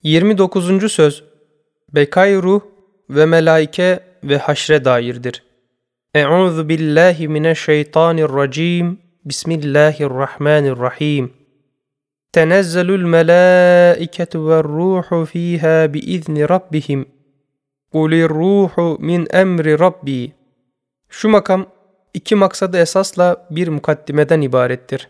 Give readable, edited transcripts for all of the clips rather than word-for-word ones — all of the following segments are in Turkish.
29. söz Bekay ruh ve melaike ve haşre dairdir. Euzu billahi mineşşeytanirracim. Bismillahirrahmanirrahim. Tenezzelul melâiketu ve'r-ruhu fîhâ biizni rabbihim. Kulirruhu min emri rabbi. Şu makam iki maksadı esasla bir mukaddimeden ibarettir.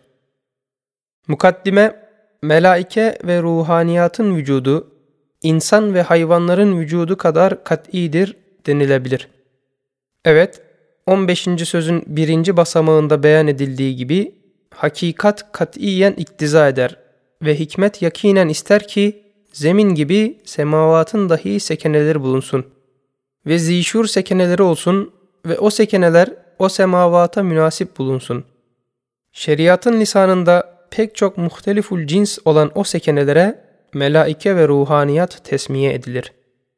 Mukaddime, melaike ve ruhaniyatın vücudu, insan ve hayvanların vücudu kadar kat'idir denilebilir. Evet, 15. sözün 1. basamağında beyan edildiği gibi, hakikat kat'iyen iktiza eder ve hikmet yakinen ister ki, zemin gibi semavatın dahi sekeneleri bulunsun ve zişur sekeneleri olsun ve o sekeneler o semavata münasip bulunsun. Şeriatın lisanında pek çok muhteliful cins olan o sekenelere melaike ve ruhaniyat tesmiye edilir.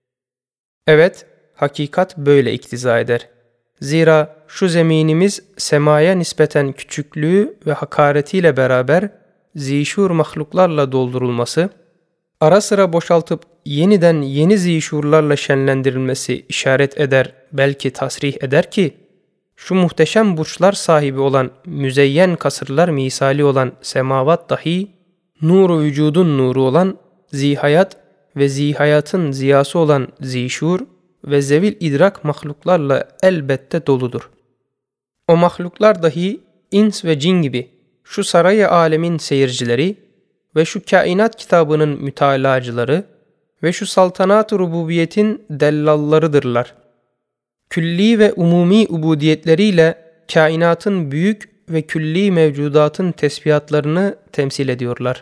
Evet, hakikat böyle iktiza eder. Zira şu zeminimiz semaya nispeten küçüklüğü ve hakaretiyle beraber zişur mahluklarla doldurulması, ara sıra boşaltıp yeniden yeni zişurlarla şenlendirilmesi işaret eder, belki tasrih eder ki, şu muhteşem burçlar sahibi olan müzeyyen kasırlar misali olan semavat dahi, nuru vücudun nuru olan zihayat ve zihayatın ziyası olan zişur ve zevil idrak mahluklarla elbette doludur. O mahluklar dahi ins ve cin gibi şu sarayı alemin seyircileri ve şu kainat kitabının mütalacıları ve şu saltanat-ı rububiyetin dellallarıdırlar. Külli ve umumi ubudiyetleriyle kainatın büyük ve külli mevcudatın tesbihatlarını temsil ediyorlar.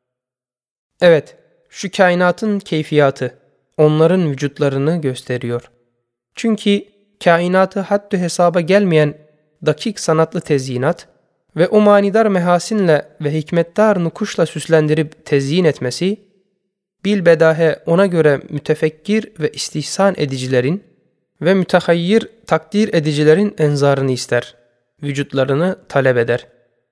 Evet, şu kainatın keyfiyatı, onların vücutlarını gösteriyor. Çünkü kainatı haddü hesaba gelmeyen dakik sanatlı tezyinat ve o manidar mehasinle ve hikmetdar nukuşla süslendirip tezyin etmesi, bilbedahe ona göre mütefekkir ve istihsan edicilerin ve mütehayyir takdir edicilerin enzarını ister, vücutlarını talep eder.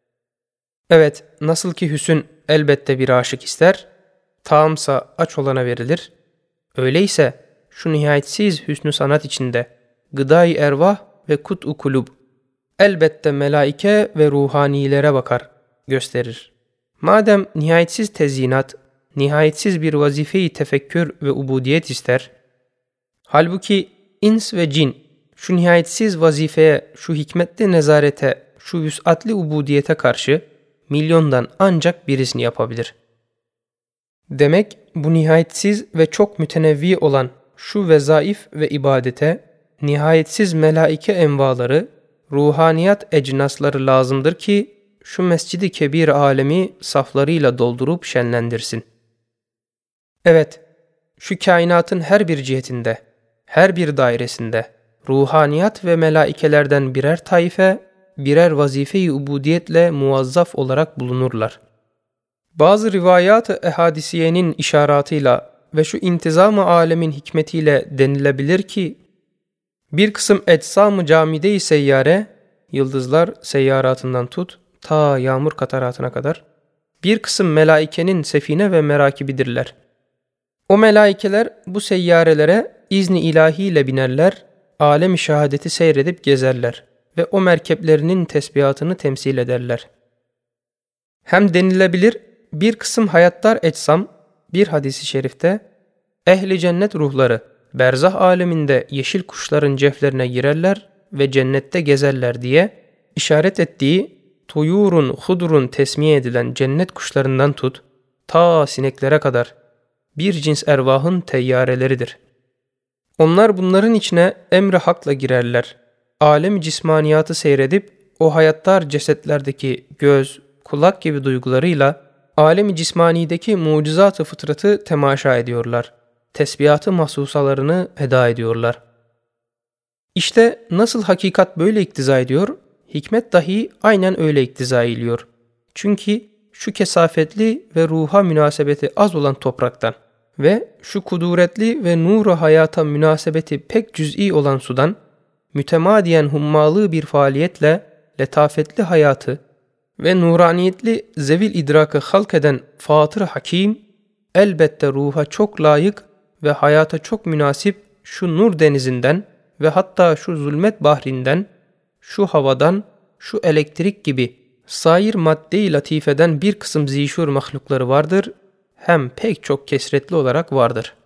Evet, nasıl ki hüsn elbette bir aşık ister, taamsa aç olana verilir, öyleyse şu nihayetsiz hüsnü sanat içinde gıdai ervah ve kut'u kulub elbette melaike ve ruhanilere bakar, gösterir. Madem nihayetsiz tezyinat, nihayetsiz bir vazife-i tefekkür ve ubudiyet ister, halbuki ins ve cin şu nihayetsiz vazifeye, şu hikmetli nezarete, şu vüs'atli ubudiyete karşı milyondan ancak birisini yapabilir. Demek bu nihayetsiz ve çok mütenevvi olan şu vezaif ve ibadete nihayetsiz melaike envaları, ruhaniyat ecnasları lazımdır ki şu mescidi kebir alemi saflarıyla doldurup şenlendirsin. Evet, şu kainatın her bir cihetinde, her bir dairesinde ruhaniyat ve melaikelerden birer taife, birer vazife-i ubudiyetle muvazzaf olarak bulunurlar. Bazı rivayat-ı ehadisiyenin işaratıyla ve şu intizam-ı alemin hikmetiyle denilebilir ki, bir kısım eczam-ı camide-i seyyare, yıldızlar seyyaratından tut, ta yağmur kataratına kadar, bir kısım melaikenin sefine ve merakibidirler. O melaikeler bu seyyarelere izni ilahiyle binerler, alem-i şehadeti seyredip gezerler ve o merkeplerinin tesbihatını temsil ederler. Hem denilebilir, bir kısım hayattar eczam, bir hadisi şerifte, ehli cennet ruhları, berzah aleminde yeşil kuşların ceflerine girerler ve cennette gezerler diye işaret ettiği tuyurun hudurun tesmiye edilen cennet kuşlarından tut, ta sineklere kadar bir cins ervahın teyyareleridir. Onlar bunların içine emri hakla girerler. Alem-i cismaniyatı seyredip o hayattar cesetlerdeki göz, kulak gibi duygularıyla alem-i cismanideki mucizat-ı fıtratı temaşa ediyorlar. Tesbihat-ı mahsusalarını eda ediyorlar. İşte nasıl hakikat böyle iktiza ediyor, hikmet dahi aynen öyle iktiza ediyor. Çünkü şu kesafetli ve ruha münasebeti az olan topraktan ve şu kuduretli ve nur-u hayata münasebeti pek cüz'i olan sudan, mütemadiyen hummalı bir faaliyetle letafetli hayatı ve nuraniyetli zevil idrakı halk eden Fatır-ı Hakim, elbette ruha çok layık ve hayata çok münasip şu nur denizinden ve hatta şu zulmet bahrinden, şu havadan, şu elektrik gibi sair madde-i latifeden bir kısım zişur mahlukları vardır, hem pek çok kesretli olarak vardır.